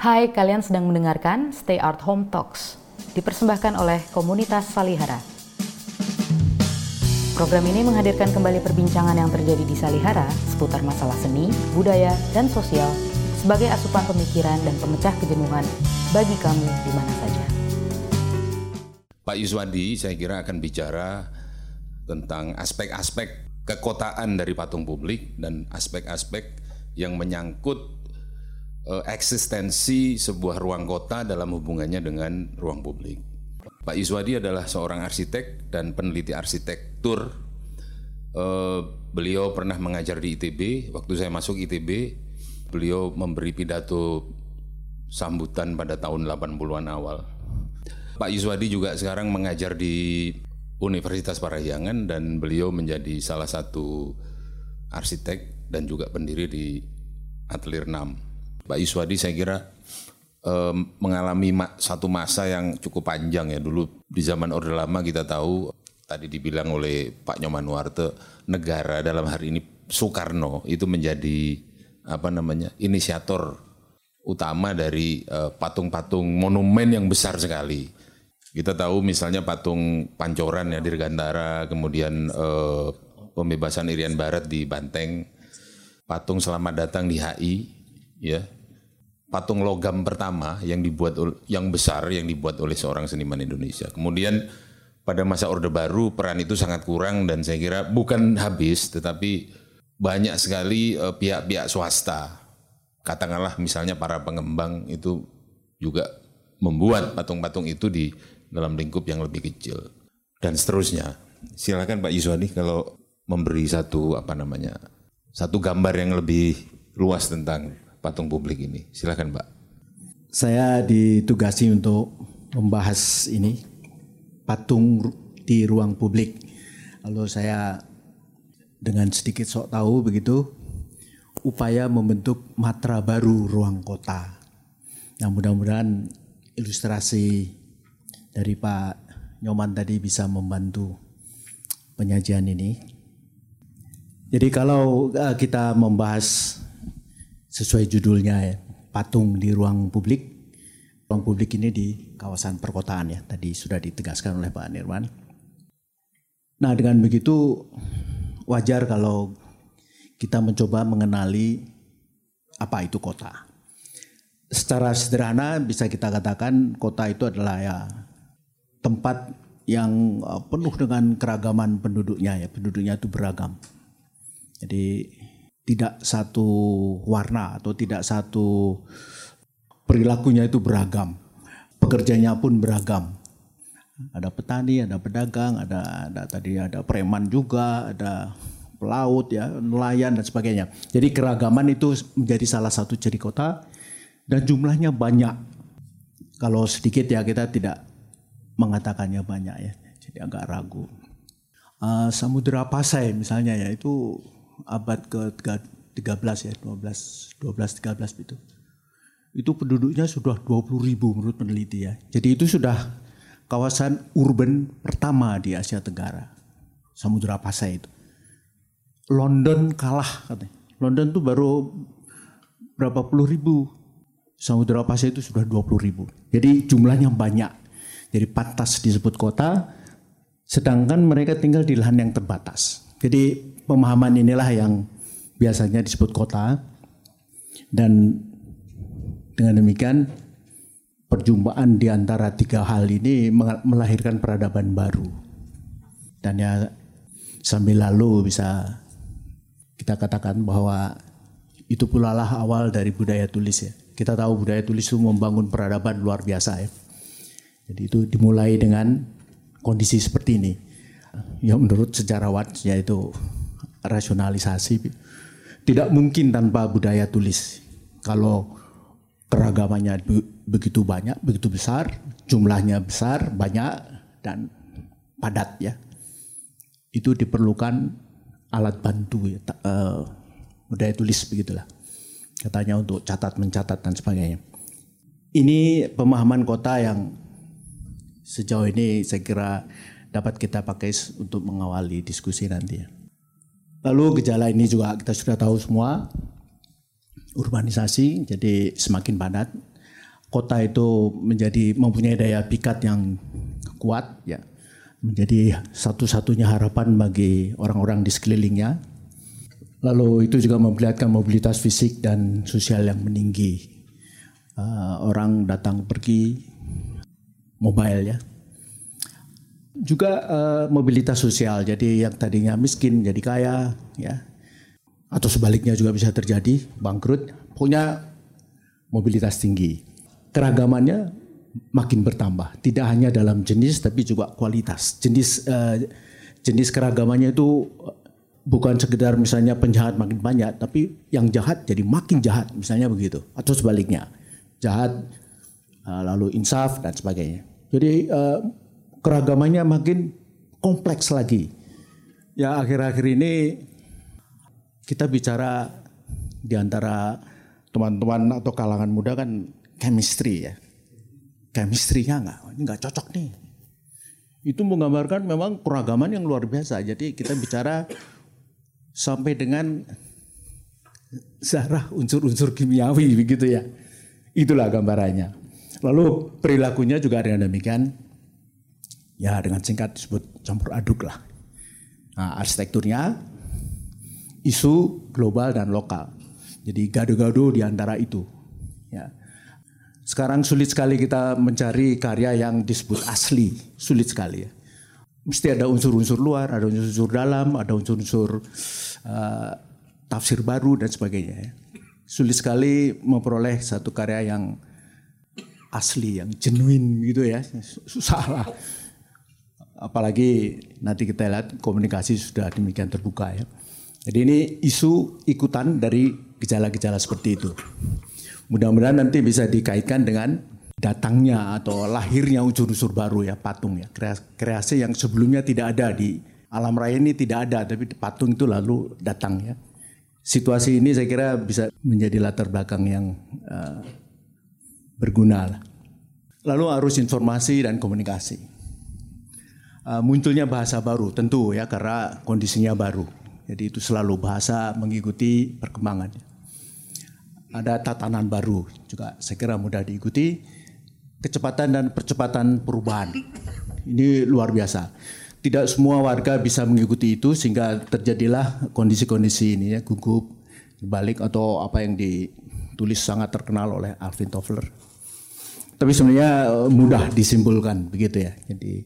Hai, kalian sedang mendengarkan Stay Art Home Talks, dipersembahkan oleh komunitas Salihara. Program ini menghadirkan kembali perbincangan yang terjadi di Salihara seputar masalah seni, budaya, dan sosial sebagai asupan pemikiran dan pemecah kejenuhan bagi kamu di mana saja. Pak Yuswadi saya kira akan bicara tentang aspek-aspek kekotaan dari patung publik dan aspek-aspek yang menyangkut eksistensi sebuah ruang kota dalam hubungannya dengan ruang publik. Pak Yuswadi adalah seorang arsitek dan peneliti arsitektur. Beliau pernah mengajar di ITB. Waktu saya masuk ITB, beliau memberi pidato sambutan pada tahun 80-an awal. Pak Yuswadi juga sekarang mengajar di Universitas Parahyangan dan beliau menjadi salah satu arsitek dan juga pendiri di Atelier 6. Pak Yuswadi saya kira mengalami satu masa yang cukup panjang ya. Dulu di zaman Orde Lama kita tahu, tadi dibilang oleh Pak Nyoman Nuarte, negara dalam hari ini Soekarno itu menjadi inisiator utama dari patung-patung monumen yang besar sekali. Kita tahu misalnya patung Pancoran ya, Dirgantara, kemudian pembebasan Irian Barat di Banteng, patung Selamat Datang di HI, ya, patung logam pertama yang besar yang dibuat oleh seorang seniman Indonesia. Kemudian pada masa Orde Baru peran itu sangat kurang dan saya kira bukan habis, tetapi banyak sekali pihak-pihak swasta, katakanlah misalnya para pengembang itu juga membuat patung-patung itu di dalam lingkup yang lebih kecil dan seterusnya. Silakan Pak Yuswadi kalau memberi satu gambar yang lebih luas tentang patung publik ini. Silakan Pak. Saya ditugasi untuk membahas ini, patung di ruang publik. Lalu saya dengan sedikit sok tahu begitu, upaya membentuk matra baru ruang kota. Nah, mudah-mudahan ilustrasi dari Pak Nyoman tadi bisa membantu penyajian ini. Jadi kalau kita membahas sesuai judulnya ya, patung di ruang publik. Ruang publik ini di kawasan perkotaan ya, tadi sudah ditegaskan oleh Pak Nirwan. Nah, dengan begitu wajar kalau kita mencoba mengenali apa itu kota. Secara sederhana bisa kita katakan kota itu adalah ya tempat yang penuh dengan keragaman penduduknya ya, penduduknya itu beragam. Jadi tidak satu warna atau tidak satu perilakunya itu beragam. Pekerjanya pun beragam. Ada petani, ada pedagang, ada preman juga, ada pelaut ya, nelayan dan sebagainya. Jadi keragaman itu menjadi salah satu ciri kota dan jumlahnya banyak. Kalau sedikit ya kita tidak mengatakannya banyak ya. Jadi agak ragu. Samudra Pasai misalnya ya, itu abad ke-13 ya, 12-13 itu. Itu penduduknya sudah 20.000 menurut peneliti ya. Jadi itu sudah kawasan urban pertama di Asia Tenggara. Samudra Pasai itu. London kalah katanya. London tuh baru berapa puluh ribu. Samudra Pasai itu sudah 20.000. Jadi jumlahnya banyak. Jadi pantas disebut kota, sedangkan mereka tinggal di lahan yang terbatas. Jadi pemahaman inilah yang biasanya disebut kota, dan dengan demikian perjumpaan di antara tiga hal ini melahirkan peradaban baru. Dan ya sambil lalu bisa kita katakan bahwa itu pula lah awal dari budaya tulis ya. Kita tahu budaya tulis itu membangun peradaban luar biasa ya. Jadi itu dimulai dengan kondisi seperti ini. Yang menurut sejarawan yaitu rasionalisasi. Tidak mungkin tanpa budaya tulis. Kalau keragamannya begitu banyak, begitu besar, jumlahnya besar, banyak dan padat ya. Itu diperlukan alat bantu ya, budaya tulis begitulah. Katanya untuk mencatat dan sebagainya. Ini pemahaman kota yang sejauh ini saya kira dapat kita pakai untuk mengawali diskusi nanti ya. Lalu gejala ini juga kita sudah tahu semua, urbanisasi jadi semakin padat. kota itu mempunyai daya pikat yang kuat, ya, menjadi satu-satunya harapan bagi orang-orang di sekelilingnya. Lalu itu juga memperlihatkan mobilitas fisik dan sosial yang meninggi. Orang datang pergi mobile, ya. Juga mobilitas sosial, jadi yang tadinya miskin jadi kaya, ya. Atau sebaliknya juga bisa terjadi, bangkrut, punya mobilitas tinggi. Keragamannya makin bertambah, tidak hanya dalam jenis tapi juga kualitas. Jenis keragamannya itu bukan sekedar misalnya penjahat makin banyak, tapi yang jahat jadi makin jahat, misalnya begitu. Atau sebaliknya, jahat lalu insaf dan sebagainya. Jadi keragamannya makin kompleks lagi. Ya, akhir-akhir ini kita bicara di antara teman-teman atau kalangan muda kan chemistry, ya. Chemistry-nya nggak cocok nih. Itu menggambarkan memang keragaman yang luar biasa. Jadi kita bicara sampai dengan zarah unsur-unsur kimiawi begitu, ya. Itulah gambarannya. Lalu perilakunya juga dengan demikian. Ya, dengan singkat disebut campur aduk lah. Nah, arsitekturnya isu global dan lokal. Jadi gado-gado di antara itu. Ya. Sekarang sulit sekali kita mencari karya yang disebut asli, sulit sekali, ya. Mesti ada unsur-unsur luar, ada unsur-unsur dalam, ada unsur-unsur tafsir baru dan sebagainya, ya. Sulit sekali memperoleh satu karya yang asli, yang genuine gitu, ya. Susah lah. Apalagi nanti kita lihat komunikasi sudah demikian terbuka, ya. Jadi ini isu ikutan dari gejala-gejala seperti itu. Mudah-mudahan nanti bisa dikaitkan dengan datangnya atau lahirnya unsur-unsur baru, ya, patung, ya. Kreasi yang sebelumnya tidak ada di alam raya ini tidak ada, tapi patung itu lalu datang, ya. Situasi ini saya kira bisa menjadi latar belakang yang berguna. Lalu arus informasi dan komunikasi. Munculnya bahasa baru tentu, ya, karena kondisinya baru. Jadi itu selalu bahasa mengikuti perkembangan. Ada tatanan baru juga saya kira mudah diikuti. Kecepatan dan percepatan perubahan ini luar biasa. Tidak semua warga bisa mengikuti itu sehingga terjadilah kondisi-kondisi ini, ya, gugup, balik atau apa yang ditulis sangat terkenal oleh Alvin Toffler. Tapi sebenarnya mudah disimpulkan begitu, ya. Jadi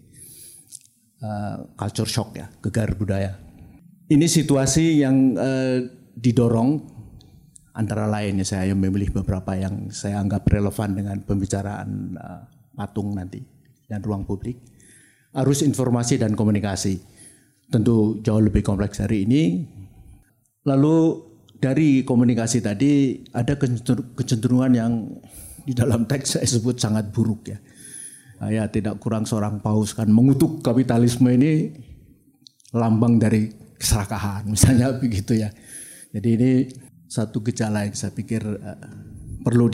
culture shock, ya, gegar budaya. Ini situasi yang didorong antara lain, ya, saya memilih beberapa yang saya anggap relevan dengan pembicaraan patung nanti dan ruang publik. Arus informasi dan komunikasi tentu jauh lebih kompleks hari ini. Lalu dari komunikasi tadi ada kecenderungan yang di dalam teks saya sebut sangat buruk, ya. Ya, tidak kurang seorang Paus kan mengutuk kapitalisme ini lambang dari keserakahan, misalnya begitu, ya. Jadi ini satu gejala yang saya pikir perlu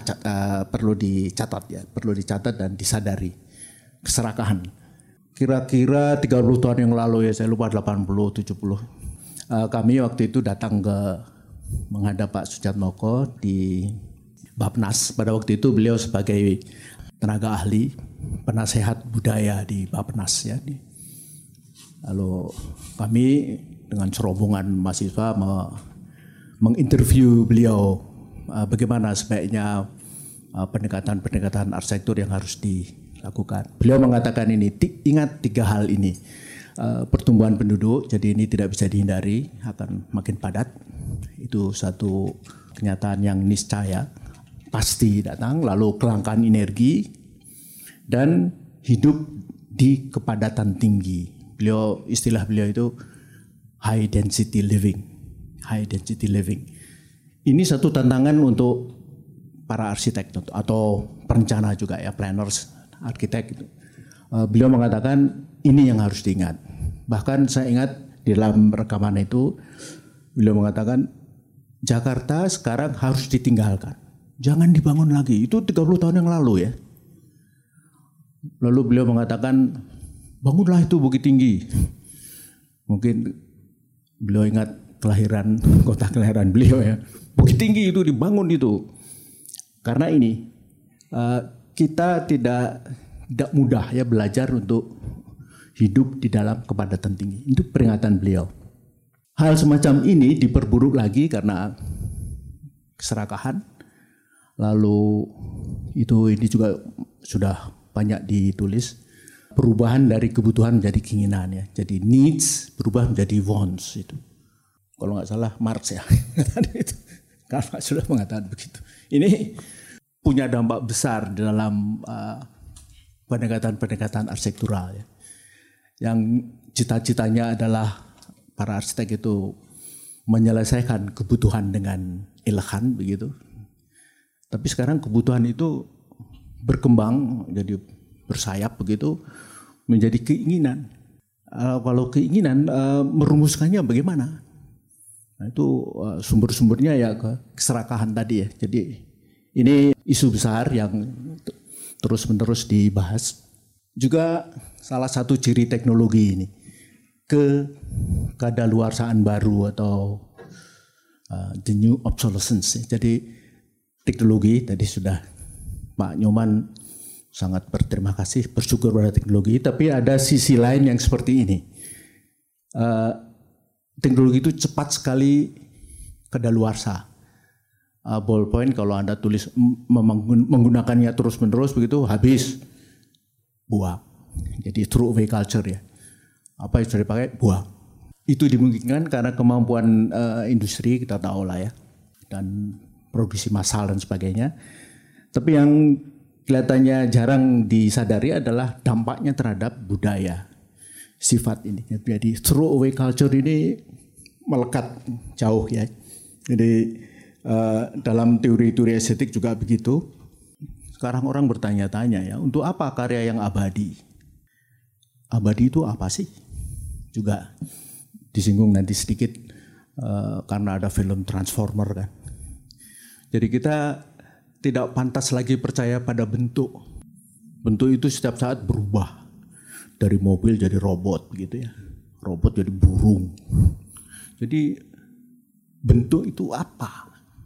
dicatat, ya, perlu dicatat dan disadari. Keserakahan. Kira-kira 30 tahun yang lalu, ya, saya lupa 80, 70. Kami waktu itu datang menghadap Pak Sujatmoko di Bappenas. Pada waktu itu beliau sebagai tenaga ahli, penasehat budaya di Bappenas, ya. Lalu kami dengan serombongan mahasiswa menginterview beliau bagaimana sebaiknya pendekatan-pendekatan arsitektur yang harus dilakukan. Beliau mengatakan ini, ingat 3 hal ini. Pertumbuhan penduduk, jadi ini tidak bisa dihindari, akan makin padat. Itu satu kenyataan yang niscaya, pasti datang. Lalu kelangkaan energi dan hidup di kepadatan tinggi. Istilah beliau itu high density living. High density living. Ini satu tantangan untuk para arsitek atau perencana juga, ya, planners, arsitek. Beliau mengatakan ini yang harus diingat. Bahkan saya ingat di dalam rekaman itu beliau mengatakan Jakarta sekarang harus ditinggalkan. Jangan dibangun lagi. Itu 30 tahun yang lalu, ya. Lalu beliau mengatakan bangunlah itu Bukit Tinggi. Mungkin beliau ingat kota kelahiran beliau, ya. Bukit Tinggi itu dibangun itu. Karena ini kita tidak mudah ya belajar untuk hidup di dalam kepadatan tinggi. Itu peringatan beliau. Hal semacam ini diperburuk lagi karena keserakahan. Lalu ini juga sudah banyak ditulis. Perubahan dari kebutuhan menjadi keinginan ya. Jadi needs berubah menjadi wants itu. Kalau nggak salah Marx ya. Itu. Karl Marx sudah mengatakan begitu. Ini punya dampak besar dalam pendekatan arsitektural ya. Yang cita-citanya adalah para arsitek itu menyelesaikan kebutuhan dengan elegan begitu. Tapi sekarang kebutuhan itu berkembang jadi bersayap begitu menjadi keinginan. Kalau keinginan merumuskannya bagaimana? Nah, itu sumber-sumbernya ya keserakahan tadi ya. Jadi ini isu besar yang terus-menerus dibahas. Juga salah satu ciri teknologi ini kadaluarsaan baru atau the new obsolescence. Jadi teknologi tadi sudah Pak Nyoman sangat berterima kasih, bersyukur pada teknologi. Tapi ada sisi lain yang seperti ini. Teknologi itu cepat sekali kadaluarsa. Ballpoint kalau Anda tulis menggunakannya terus-menerus begitu habis, buang. Jadi throwaway culture ya. Apa yang sudah dipakai, buang. Itu dimungkinkan karena kemampuan industri kita tahu lah ya. Dan produksi massal dan sebagainya. Tapi yang kelihatannya jarang disadari adalah dampaknya terhadap budaya, sifat ini. Jadi throwaway culture ini melekat jauh ya. Jadi dalam teori-teori estetik juga begitu. Sekarang orang bertanya-tanya ya, untuk apa karya yang abadi? Abadi itu apa sih? Juga disinggung nanti sedikit karena ada film Transformer kan. Jadi kita tidak pantas lagi percaya pada bentuk. Bentuk itu setiap saat berubah. Dari mobil jadi robot begitu ya. Robot jadi burung. Jadi bentuk itu apa?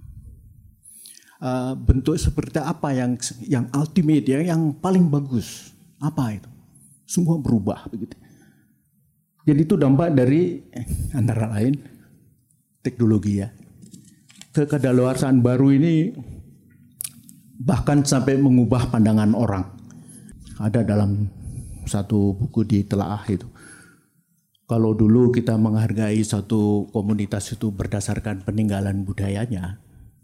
Bentuk seperti apa yang ultimate ya, yang paling bagus? Apa itu? Semua berubah begitu. Jadi itu dampak dari antara lain teknologi ya. Kekadaluarsaan baru ini bahkan sampai mengubah pandangan orang. Ada dalam satu buku ditelaah itu. Kalau dulu kita menghargai satu komunitas itu berdasarkan peninggalan budayanya,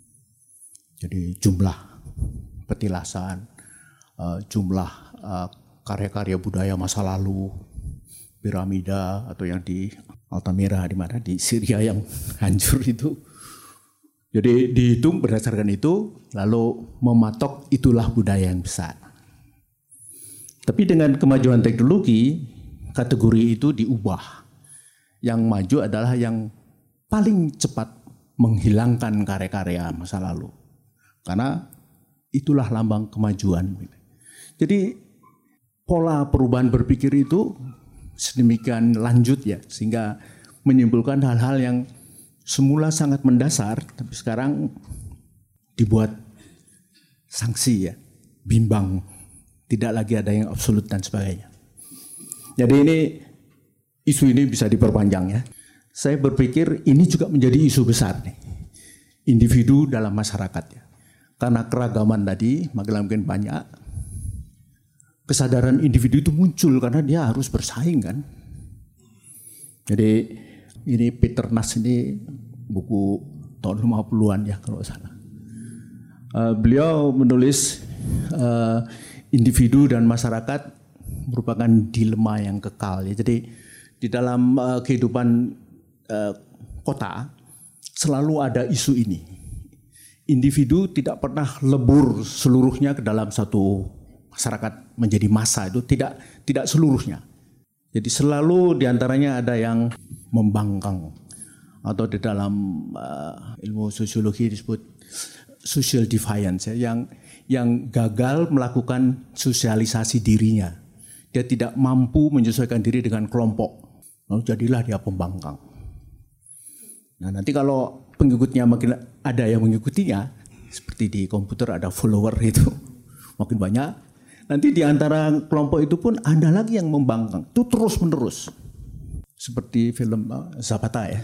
jadi jumlah petilasan, jumlah karya-karya budaya masa lalu, piramida atau yang di Altamira di mana di Syria yang hancur itu. Jadi dihitung berdasarkan itu, lalu mematok itulah budaya yang besar. Tapi dengan kemajuan teknologi, kategori itu diubah. Yang maju adalah yang paling cepat menghilangkan karya-karya masa lalu. Karena itulah lambang kemajuan. Jadi pola perubahan berpikir itu sedemikian lanjut ya, sehingga menimbulkan hal-hal yang semula sangat mendasar, tapi sekarang dibuat sanksi ya, bimbang, tidak lagi ada yang absolut dan sebagainya. Jadi isu ini bisa diperpanjang ya. Saya berpikir ini juga menjadi isu besar nih, individu dalam masyarakat ya. Karena keragaman tadi makin banyak, kesadaran individu itu muncul karena dia harus bersaing kan. Jadi ini Peter Nash ini buku tahun 50-an ya kalau salah. Beliau menulis individu dan masyarakat merupakan dilema yang kekal ya. Jadi di dalam kehidupan kota selalu ada isu ini. Individu tidak pernah lebur seluruhnya ke dalam satu masyarakat menjadi massa, itu tidak seluruhnya. Jadi selalu diantaranya ada yang membangkang atau di dalam ilmu sosiologi disebut social defiance ya, yang gagal melakukan sosialisasi dirinya. Dia tidak mampu menyesuaikan diri dengan kelompok, lalu jadilah dia pembangkang. Nah nanti kalau pengikutnya makin ada yang mengikutinya, seperti di komputer ada follower itu, makin banyak. Nanti di antara kelompok itu pun ada lagi yang membangkang. Itu terus menerus. Seperti film Zapata ya.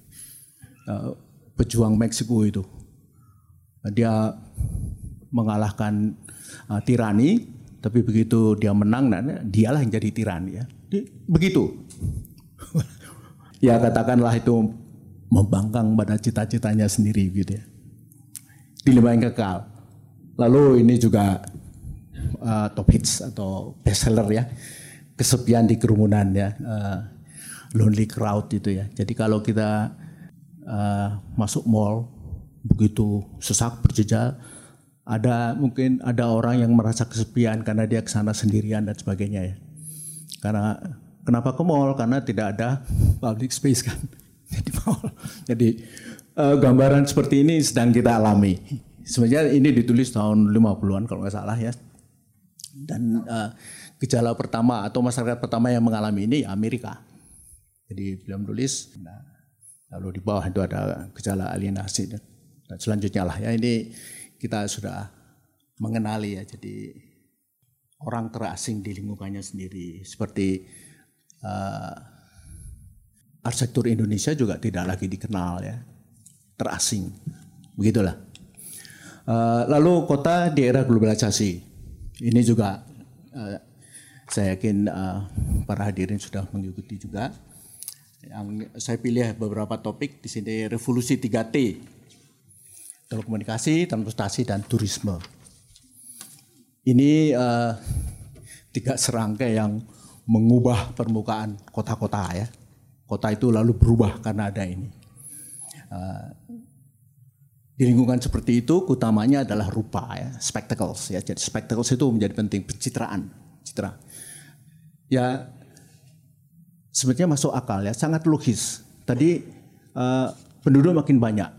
Pejuang Meksiko itu. Dia mengalahkan tirani, tapi begitu dia menang, dialah yang jadi tirani ya. Begitu. Ya katakanlah itu membangkang pada cita-citanya sendiri gitu ya. Dilema yang kekal. Lalu ini juga top hits atau bestseller ya. Kesepian di kerumunan ya. Lonely crowd itu ya. Jadi kalau kita masuk mall begitu sesak berjejal, mungkin ada orang yang merasa kesepian karena dia kesana sendirian dan sebagainya ya. Karena kenapa ke mall? Karena tidak ada public space kan. Jadi gambaran seperti ini sedang kita alami. Sebenarnya ini ditulis tahun 50-an kalau nggak salah ya. Dan gejala pertama atau masyarakat pertama yang mengalami ini Amerika. Jadi beliau menulis, lalu di bawah itu ada gejala alienasi dan selanjutnya lah ya. Ini kita sudah mengenali ya. Jadi orang terasing di lingkungannya sendiri. Seperti arsitektur Indonesia juga tidak lagi dikenal ya, terasing, begitulah. Lalu kota di era globalisasi, ini juga saya yakin para hadirin sudah mengikuti juga. Yang saya pilih beberapa topik di sini, revolusi 3T, telekomunikasi, transportasi, dan turisme. Ini 3 serangkai yang mengubah permukaan kota-kota ya. Kota itu lalu berubah karena ada ini. Di lingkungan seperti itu, utamanya adalah rupa ya, spectacles ya. Jadi spectacles itu menjadi penting, pencitraan, citra. Ya sebenarnya masuk akal ya, sangat logis. Tadi penduduk makin banyak,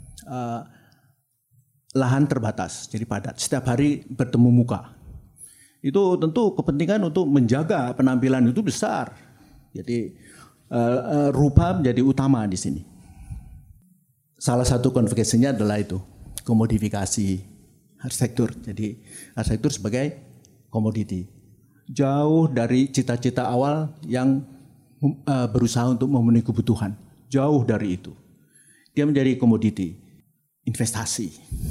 lahan terbatas, jadi padat. Setiap hari bertemu muka. Itu tentu kepentingan untuk menjaga penampilan itu besar. Jadi rupa menjadi utama di sini. Salah satu konversinya adalah itu, komodifikasi arsitektur. Jadi arsitektur sebagai komoditi. Jauh dari cita-cita awal yang berusaha untuk memenuhi kebutuhan. Jauh dari itu. Dia menjadi komoditi, investasi.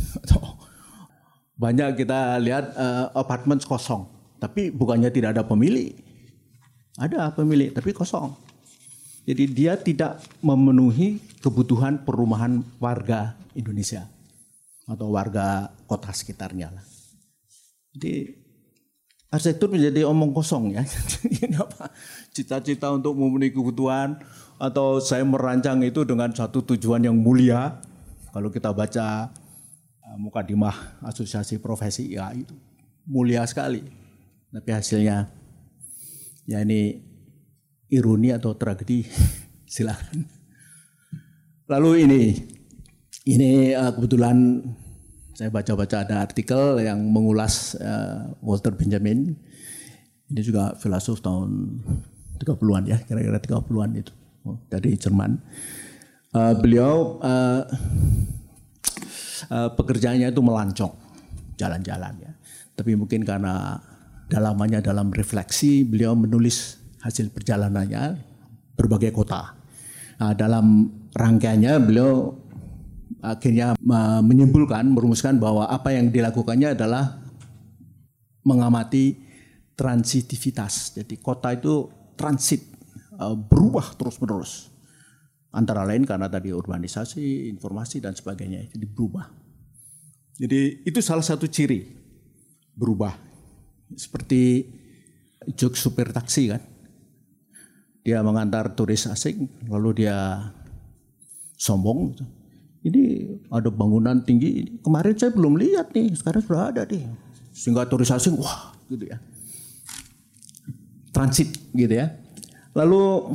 Banyak kita lihat apartemen kosong, tapi bukannya tidak ada pemilik. Ada pemilik, tapi kosong. Jadi dia tidak memenuhi kebutuhan perumahan warga Indonesia atau warga kota sekitarnya lah. Jadi arsitektur menjadi omong kosong ya. Ini apa? Cita-cita untuk memenuhi kebutuhan atau saya merancang itu dengan satu tujuan yang mulia. Kalau kita baca Mukadimah Asosiasi Profesi ya itu mulia sekali. Tapi hasilnya ya ini ironi atau tragedi, silakan. Lalu ini kebetulan saya baca-baca ada artikel yang mengulas Walter Benjamin. Ini juga filosof tahun 30-an ya, kira-kira 30-an itu dari Jerman. Beliau pekerjaannya itu melancong, jalan-jalan ya. Tapi mungkin karena dalamannya dalam refleksi, beliau menulis hasil perjalanannya berbagai kota. Nah, dalam rangkaiannya beliau akhirnya merumuskan bahwa apa yang dilakukannya adalah mengamati transitivitas. Jadi kota itu transit, berubah terus-menerus. Antara lain karena tadi urbanisasi, informasi dan sebagainya, jadi berubah. Jadi itu salah satu ciri berubah. Seperti jok supir taksi kan. Dia mengantar turis asing, lalu dia sombong. Ini ada bangunan tinggi, kemarin saya belum lihat nih, sekarang sudah ada nih. Sehingga turis asing, wah gitu ya. Transit gitu ya. Lalu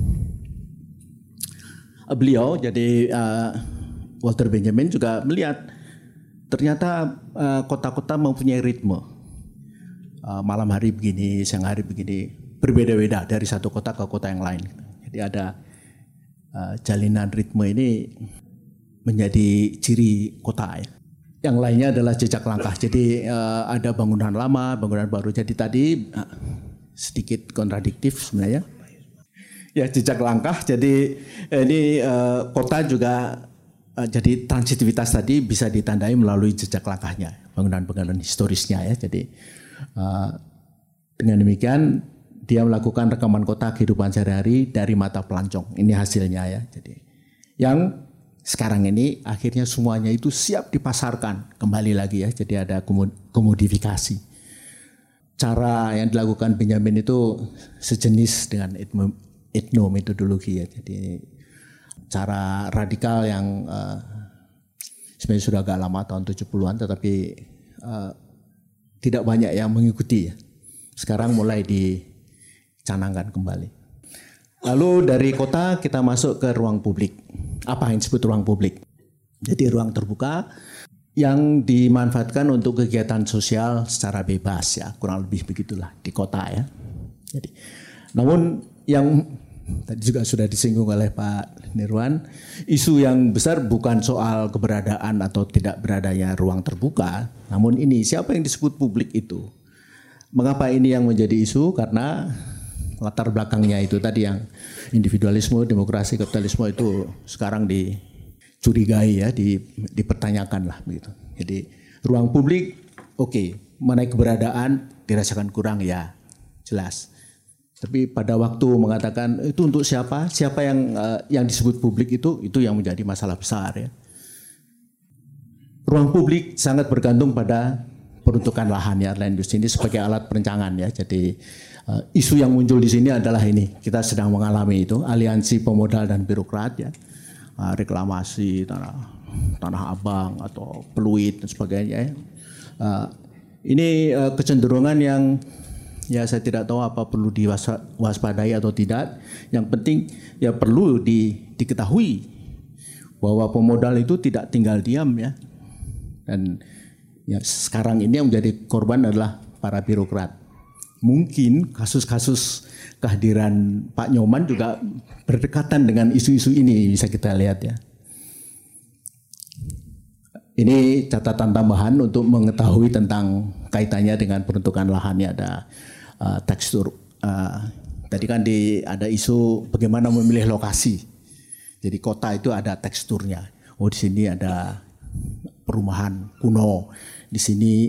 beliau jadi Walter Benjamin juga melihat ternyata kota-kota mempunyai ritme. Malam hari begini, siang hari begini. Berbeda-beda dari satu kota ke kota yang lain. Jadi ada jalinan ritme ini menjadi ciri kota ya. yang lainnya adalah jejak langkah. Jadi ada bangunan lama, bangunan baru. Jadi tadi sedikit kontradiktif sebenarnya. Ya, jejak langkah. Jadi ini kota juga jadi transitivitas tadi bisa ditandai melalui jejak langkahnya, bangunan-bangunan historisnya ya. Jadi dengan demikian dia melakukan rekaman kota kehidupan sehari-hari dari mata pelancong. Ini hasilnya ya. Jadi yang sekarang ini akhirnya semuanya itu siap dipasarkan kembali lagi ya. Jadi ada komodifikasi. Cara yang dilakukan Benjamin itu sejenis dengan etnometodologi ya. Jadi cara radikal yang sebenarnya sudah agak lama tahun 70-an tetapi tidak banyak yang mengikuti ya. Sekarang mulai dicanangkan kembali. Lalu dari kota kita masuk ke ruang publik. Apa yang disebut ruang publik? Jadi ruang terbuka yang dimanfaatkan untuk kegiatan sosial secara bebas ya, kurang lebih begitulah di kota ya. Jadi, namun yang tadi juga sudah disinggung oleh Pak Nirwan, isu yang besar bukan soal keberadaan atau tidak beradanya ruang terbuka, namun ini siapa yang disebut publik itu. Mengapa ini yang menjadi isu? Karena latar belakangnya itu tadi yang individualisme, demokrasi, kapitalisme itu sekarang dicurigai ya, dipertanyakan lah begitu. Jadi ruang publik oke, mengenai keberadaan dirasakan kurang ya, jelas. Tapi pada waktu mengatakan itu untuk siapa yang disebut publik itu yang menjadi masalah besar ya. Ruang publik sangat bergantung pada peruntukan lahan ya, land use ini sebagai alat perencangan ya. Jadi isu yang muncul di sini adalah ini, kita sedang mengalami itu aliansi pemodal dan birokrat ya, reklamasi tanah abang atau peluit dan sebagainya ya. Ini kecenderungan yang ya saya tidak tahu apa perlu diwaspadai atau tidak. Yang penting ya perlu diketahui bahwa pemodal itu tidak tinggal diam ya. Dan ya sekarang ini yang menjadi korban adalah para birokrat. Mungkin kasus-kasus kehadiran Pak Nyoman juga berdekatan dengan isu-isu ini, bisa kita lihat ya. Ini catatan tambahan untuk mengetahui tentang kaitannya dengan peruntukan lahannya. Ada tekstur. Tadi kan ada isu bagaimana memilih lokasi. Jadi kota itu ada teksturnya. Oh di sini ada perumahan kuno. Di sini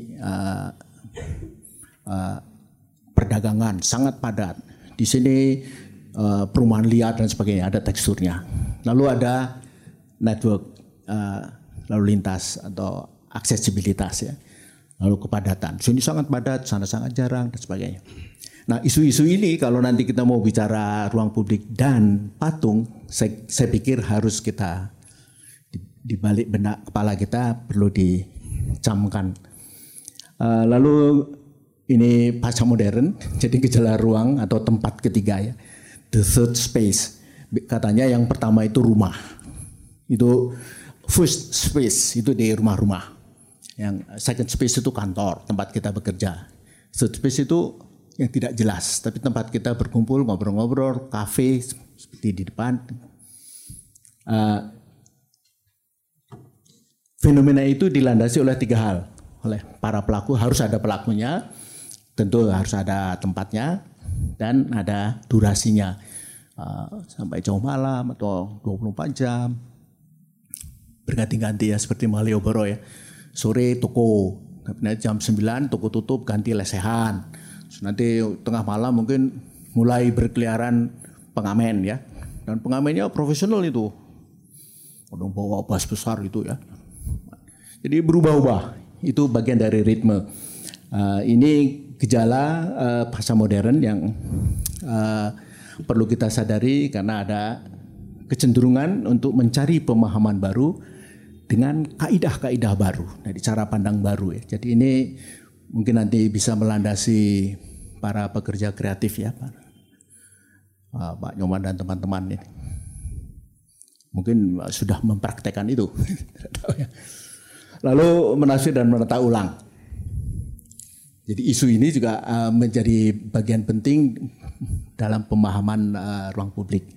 perdagangan sangat padat. Di sini perumahan liar dan sebagainya, ada teksturnya. Lalu ada network lalu lintas atau aksesibilitas ya. Lalu kepadatan. Sini sangat padat, sana sangat jarang dan sebagainya. Nah, isu-isu ini kalau nanti kita mau bicara ruang publik dan patung, saya pikir harus kita di balik benak kepala kita perlu dicamkan. Lalu ini pasca modern, jadi gejala ruang atau tempat ketiga ya, the third space. Katanya yang pertama itu rumah, itu first space itu di rumah-rumah. Yang second space itu kantor, tempat kita bekerja. Third space itu yang tidak jelas, tapi tempat kita berkumpul, ngobrol-ngobrol, kafe seperti di depan. Fenomena itu dilandasi oleh tiga hal, oleh para pelaku. Harus ada pelakunya, tentu harus ada tempatnya, dan ada durasinya. Sampai jauh malam atau 24 jam. Berganti-ganti ya, seperti Malioboro ya. Sore toko, jam 9 toko tutup, ganti lesehan. Terus nanti tengah malam mungkin mulai berkeliaran pengamen ya. Dan pengamennya profesional itu. Udah bawa bass besar itu ya. Jadi berubah-ubah. Itu bagian dari ritme. Ini gejala pasca modern yang perlu kita sadari karena ada kecenderungan untuk mencari pemahaman baru dengan kaidah-kaidah baru dari cara pandang baru ya. Jadi ini mungkin nanti bisa melandasi para pekerja kreatif ya, Pak Nyoman dan teman-teman ini. Mungkin sudah mempraktekkan itu. Lalu menafsir dan menata ulang. Jadi isu ini juga menjadi bagian penting dalam pemahaman ruang publik.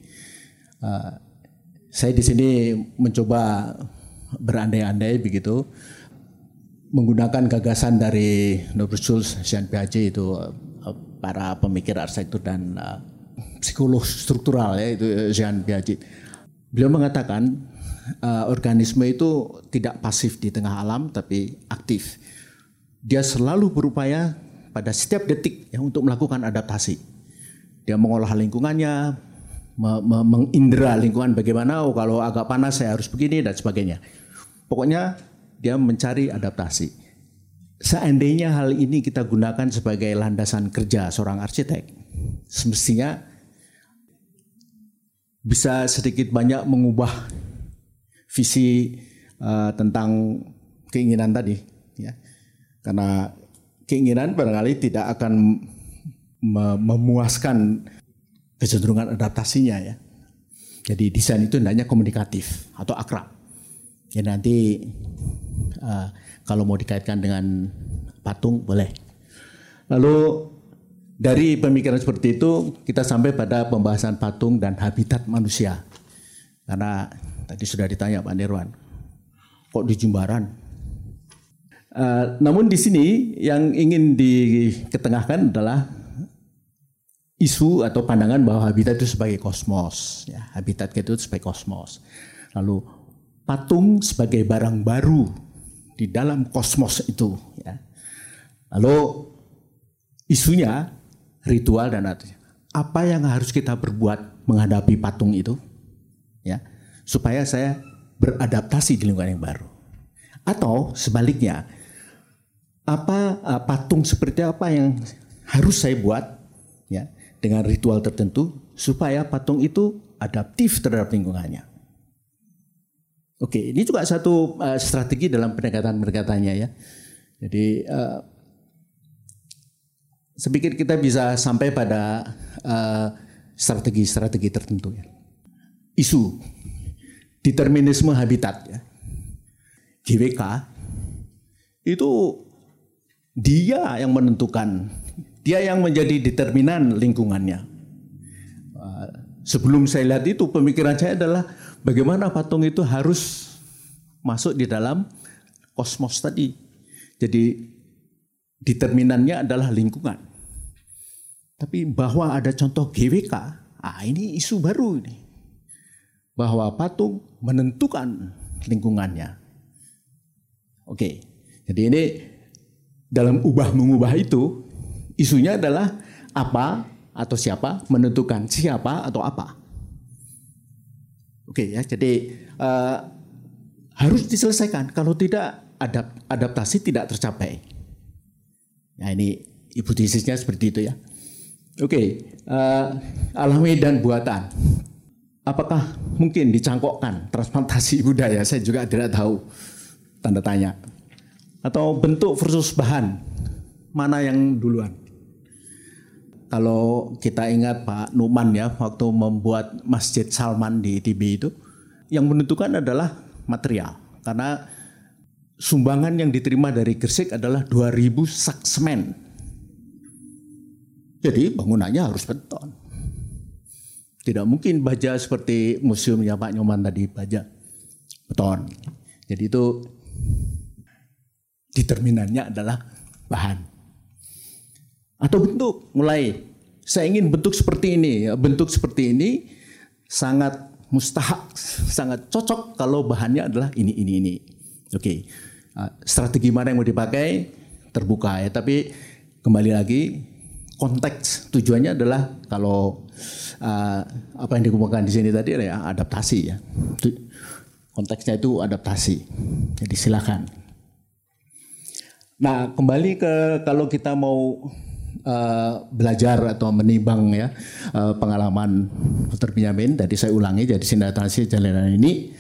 Saya di sini mencoba berandai-andai begitu. menggunakan gagasan dari Norbert Schulz, Jean Piaget itu para pemikir arsitektur dan psikolog struktural ya, itu Jean Piaget. Beliau mengatakan organisme itu tidak pasif di tengah alam tapi aktif. Dia selalu berupaya pada setiap detik ya untuk melakukan adaptasi. Dia mengolah lingkungannya, mengindra lingkungan bagaimana, kalau agak panas saya harus begini dan sebagainya. Pokoknya dia mencari adaptasi. Seandainya hal ini kita gunakan sebagai landasan kerja seorang arsitek, semestinya bisa sedikit banyak mengubah visi tentang keinginan tadi, ya. Karena keinginan barangkali tidak akan memuaskan kecenderungan adaptasinya, ya. Jadi desain itu hendaknya komunikatif atau akrab. Ya nanti kalau mau dikaitkan dengan patung boleh. Lalu dari pemikiran seperti itu kita sampai pada pembahasan patung dan habitat manusia. Karena tadi sudah ditanya Pak Nirwan, kok di Jimbaran? Namun di sini yang ingin diketengahkan adalah isu atau pandangan bahwa habitat itu sebagai kosmos, ya, habitat itu sebagai kosmos. Lalu patung sebagai barang baru di dalam kosmos itu, ya. Lalu isunya ritual dan apa yang harus kita berbuat menghadapi patung itu, ya, supaya saya beradaptasi di lingkungan yang baru. Atau sebaliknya, patung seperti apa yang harus saya buat, ya, dengan ritual tertentu supaya patung itu adaptif terhadap lingkungannya. Oke, ini juga satu strategi dalam pendekatan-pendekatannya, ya. Jadi saya pikir kita bisa sampai pada strategi-strategi tertentu, ya. Isu determinisme habitat, ya. GWK itu dia yang menentukan, dia yang menjadi determinan lingkungannya. Sebelum saya lihat itu, pemikiran saya adalah bagaimana patung itu harus masuk di dalam kosmos tadi. Jadi determinannya adalah lingkungan. Tapi bahwa ada contoh GWK, ini isu baru ini. Bahwa patung menentukan lingkungannya. Oke, jadi ini dalam ubah-mengubah itu, isunya adalah apa atau siapa menentukan siapa atau apa. Oke ya, jadi harus diselesaikan. Kalau tidak, adaptasi tidak tercapai. Nah ini hipotesisnya seperti itu, ya. Oke, alami dan buatan. Apakah mungkin dicangkokkan transplantasi budaya? Saya juga tidak tahu, tanda tanya. Atau bentuk versus bahan, mana yang duluan? Kalau kita ingat Pak Numan, ya, waktu membuat Masjid Salman di ITB itu, yang menentukan adalah material. Karena sumbangan yang diterima dari Gresik adalah 2000 sak semen. Jadi bangunannya harus beton. Tidak mungkin baja seperti museumnya Pak Nyoman tadi, baja beton. Jadi itu determinannya adalah bahan. Atau bentuk, mulai saya ingin bentuk seperti ini, ya. Bentuk seperti ini sangat mustahak, sangat cocok kalau bahannya adalah ini. Oke, strategi mana yang mau dipakai terbuka, ya. Tapi kembali lagi konteks tujuannya adalah kalau apa yang dikemukakan di sini tadi ya adaptasi, ya. Konteksnya itu adaptasi. Jadi silakan. Nah, kembali ke kalau kita mau belajar atau menimbang, ya, pengalaman Dr. Benyamin, tadi saya ulangi, jadi sintesis jalanan ini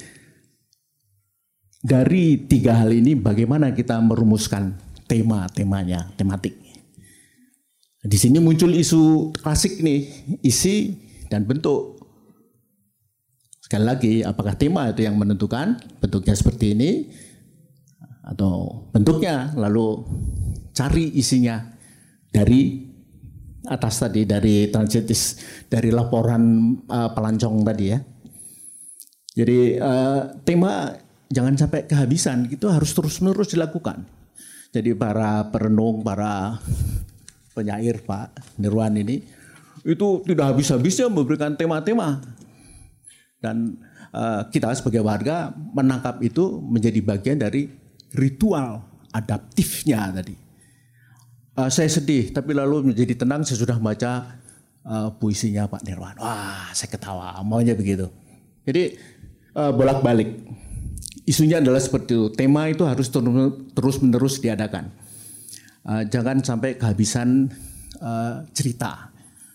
dari 3 hal ini bagaimana kita merumuskan temanya, tematik. Di sini muncul isu klasik nih, isi dan bentuk. Sekali lagi, apakah tema itu yang menentukan bentuknya seperti ini atau bentuknya, lalu cari isinya dari atas tadi, dari transitis, dari laporan pelancong tadi, ya. Jadi tema jangan sampai kehabisan, itu harus terus-menerus dilakukan. Jadi para perenung, para penyair Pak Nirwan ini itu tidak habis-habisnya memberikan tema-tema. Dan kita sebagai warga menangkap itu menjadi bagian dari ritual adaptifnya tadi. Saya sedih, tapi lalu menjadi tenang sesudah baca puisinya Pak Nirwan. Wah, saya ketawa, maunya begitu. Jadi bolak-balik. Isunya adalah seperti itu. Tema itu harus terus-menerus diadakan. Jangan sampai kehabisan cerita.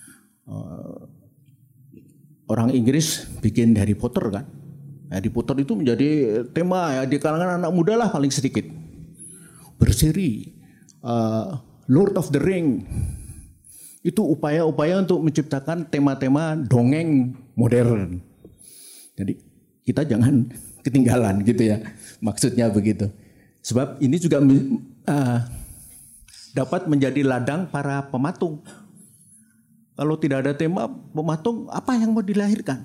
Orang Inggris bikin Harry Potter kan. Harry Potter itu menjadi tema ya di kalangan anak muda lah paling sedikit. Berseri, Lord of the Ring. Itu upaya-upaya untuk menciptakan tema-tema dongeng modern. Jadi kita jangan ketinggalan gitu ya. Maksudnya begitu. Sebab ini juga dapat menjadi ladang para pematung. Kalau tidak ada tema pematung, apa yang mau dilahirkan?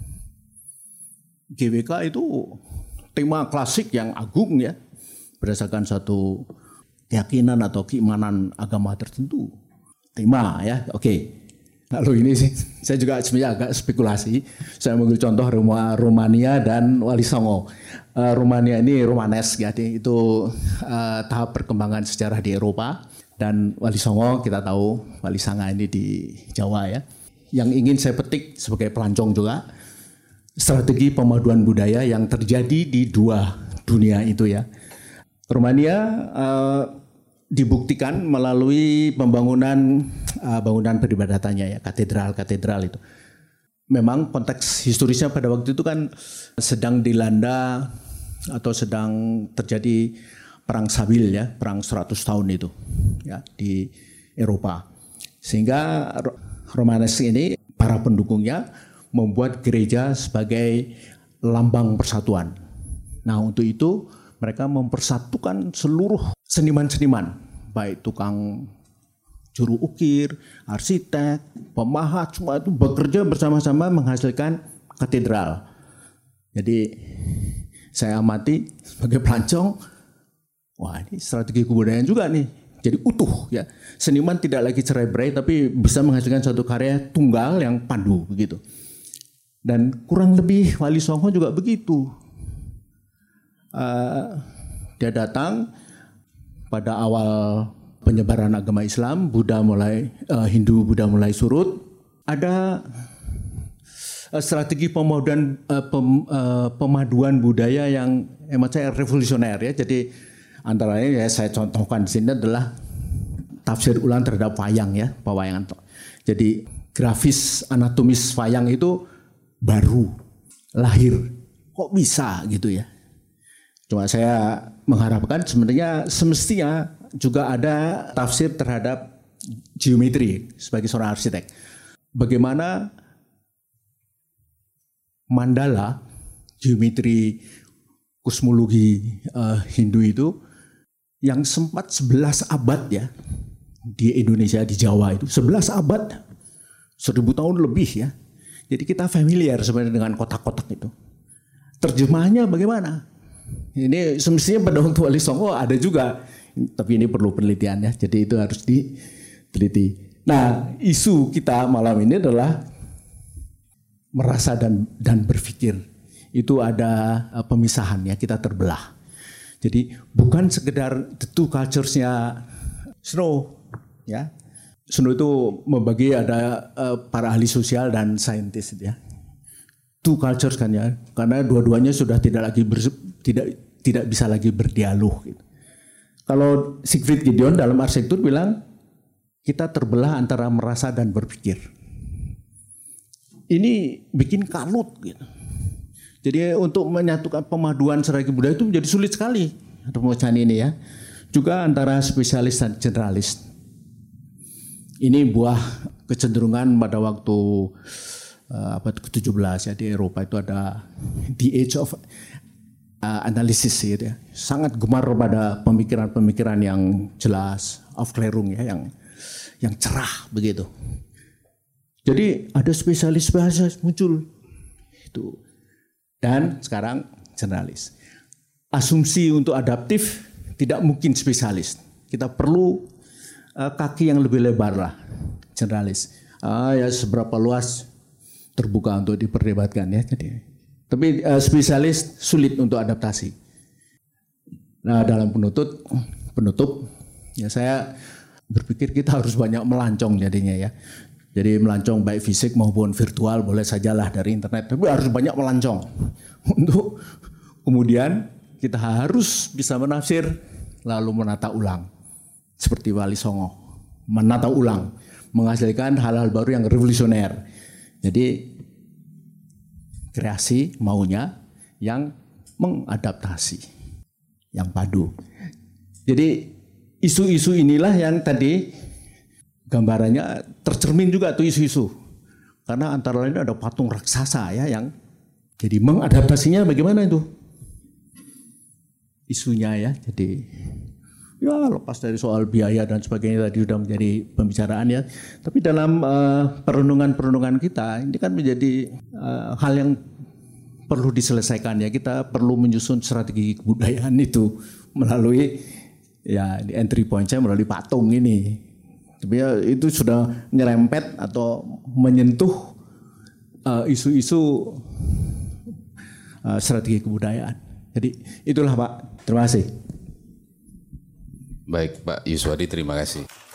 GWK itu tema klasik yang agung ya, berdasarkan satu keyakinan atau keimanan agama tertentu. Tema ya, oke. Lalu ini sih, saya juga sebenarnya agak spekulasi. Saya mengambil contoh Romania dan Wali Songo. Romania ini Romanes, ya, itu tahap perkembangan sejarah di Eropa. Dan Wali Songo kita tahu, Wali Sanga ini di Jawa ya. Yang ingin saya petik sebagai pelancong juga, strategi pemaduan budaya yang terjadi di dua dunia itu ya. Romania dibuktikan melalui pembangunan bangunan peribadatannya ya, katedral itu. Memang konteks historisnya pada waktu itu kan sedang dilanda atau sedang terjadi perang Sabil ya, perang 100 tahun itu ya di Eropa. Sehingga Romanes ini para pendukungnya membuat gereja sebagai lambang persatuan. Nah, untuk itu mereka mempersatukan seluruh seniman-seniman, baik tukang juru ukir, arsitek, pemahat, semua itu bekerja bersama-sama menghasilkan katedral. Jadi saya amati sebagai pelancong, wah ini strategi kebudayaan juga nih, jadi utuh ya. Seniman tidak lagi cerai-berai tapi bisa menghasilkan satu karya tunggal yang padu begitu. Dan kurang lebih Wali Songo juga begitu. Dia datang pada awal penyebaran agama Islam, Hindu Buddha mulai surut. Ada strategi pemaduan budaya yang hemat saya revolusioner ya. Jadi antara lain ya saya contohkan di sini adalah tafsir ulang terhadap wayang ya, pewayangan. Jadi grafis anatomis wayang itu baru lahir. Kok bisa gitu ya? Cuma saya mengharapkan sebenarnya semestinya juga ada tafsir terhadap geometri sebagai seorang arsitek. Bagaimana mandala, geometri kosmologi Hindu itu yang sempat 11 abad ya di Indonesia, di Jawa itu 11 abad, 1000 tahun lebih ya. Jadi kita familiar sebenarnya dengan kotak-kotak itu. Terjemahannya bagaimana? Ini semestinya pada waktu Wali Songo ada juga, tapi ini perlu penelitian ya. Jadi itu harus diteliti. Nah, isu kita malam ini adalah merasa dan berpikir. Itu ada pemisahan ya, kita terbelah. Jadi bukan sekedar the two cultures-nya Snow ya. Snow itu membagi ada para ahli sosial dan saintis ya. Two cultures kan ya, karena dua-duanya sudah tidak bisa lagi berdialog gitu. Kalau Siegfried Gideon dalam arsitektur bilang kita terbelah antara merasa dan berpikir. Ini bikin kalut gitu. Jadi untuk menyatukan pemaduan strategi budaya itu menjadi sulit sekali pemecahan ini ya. Juga antara spesialis dan generalis. Ini buah kecenderungan pada waktu abad ke-17 ya, di Eropa itu ada the age of analysis gitu ya. Sangat gemar pada pemikiran-pemikiran yang jelas, Aufklärung ya, yang cerah begitu. Jadi ada spesialis muncul itu. Dan sekarang generalis. Asumsi untuk adaptif tidak mungkin spesialis. Kita perlu kaki yang lebih lebar lah, generalis. Ya seberapa luas terbuka untuk diperdebatkan ya. Jadi, tapi spesialis sulit untuk adaptasi. Nah dalam penutup ya saya berpikir kita harus banyak melancong jadinya ya. Jadi melancong baik fisik maupun virtual boleh sajalah dari internet, tapi harus banyak melancong untuk kemudian kita harus bisa menafsir lalu menata ulang seperti Wali Songo, menata ulang, menghasilkan hal-hal baru yang revolusioner. Jadi kreasi maunya yang mengadaptasi, yang padu. Jadi isu-isu inilah yang tadi gambarannya tercermin juga tuh isu-isu. Karena antara lain ada patung raksasa ya yang jadi mengadaptasinya bagaimana itu? Isunya ya. Jadi ya lepas dari soal biaya dan sebagainya tadi sudah menjadi pembicaraan ya. Tapi dalam perenungan-perenungan kita ini kan menjadi hal yang perlu diselesaikan ya. Kita perlu menyusun strategi kebudayaan itu melalui ya di entry point-nya melalui patung ini. Tapi ya, itu sudah nyerempet atau menyentuh isu-isu strategi kebudayaan. Jadi itulah Pak. Terima kasih. Baik Pak Yuswadi, terima kasih.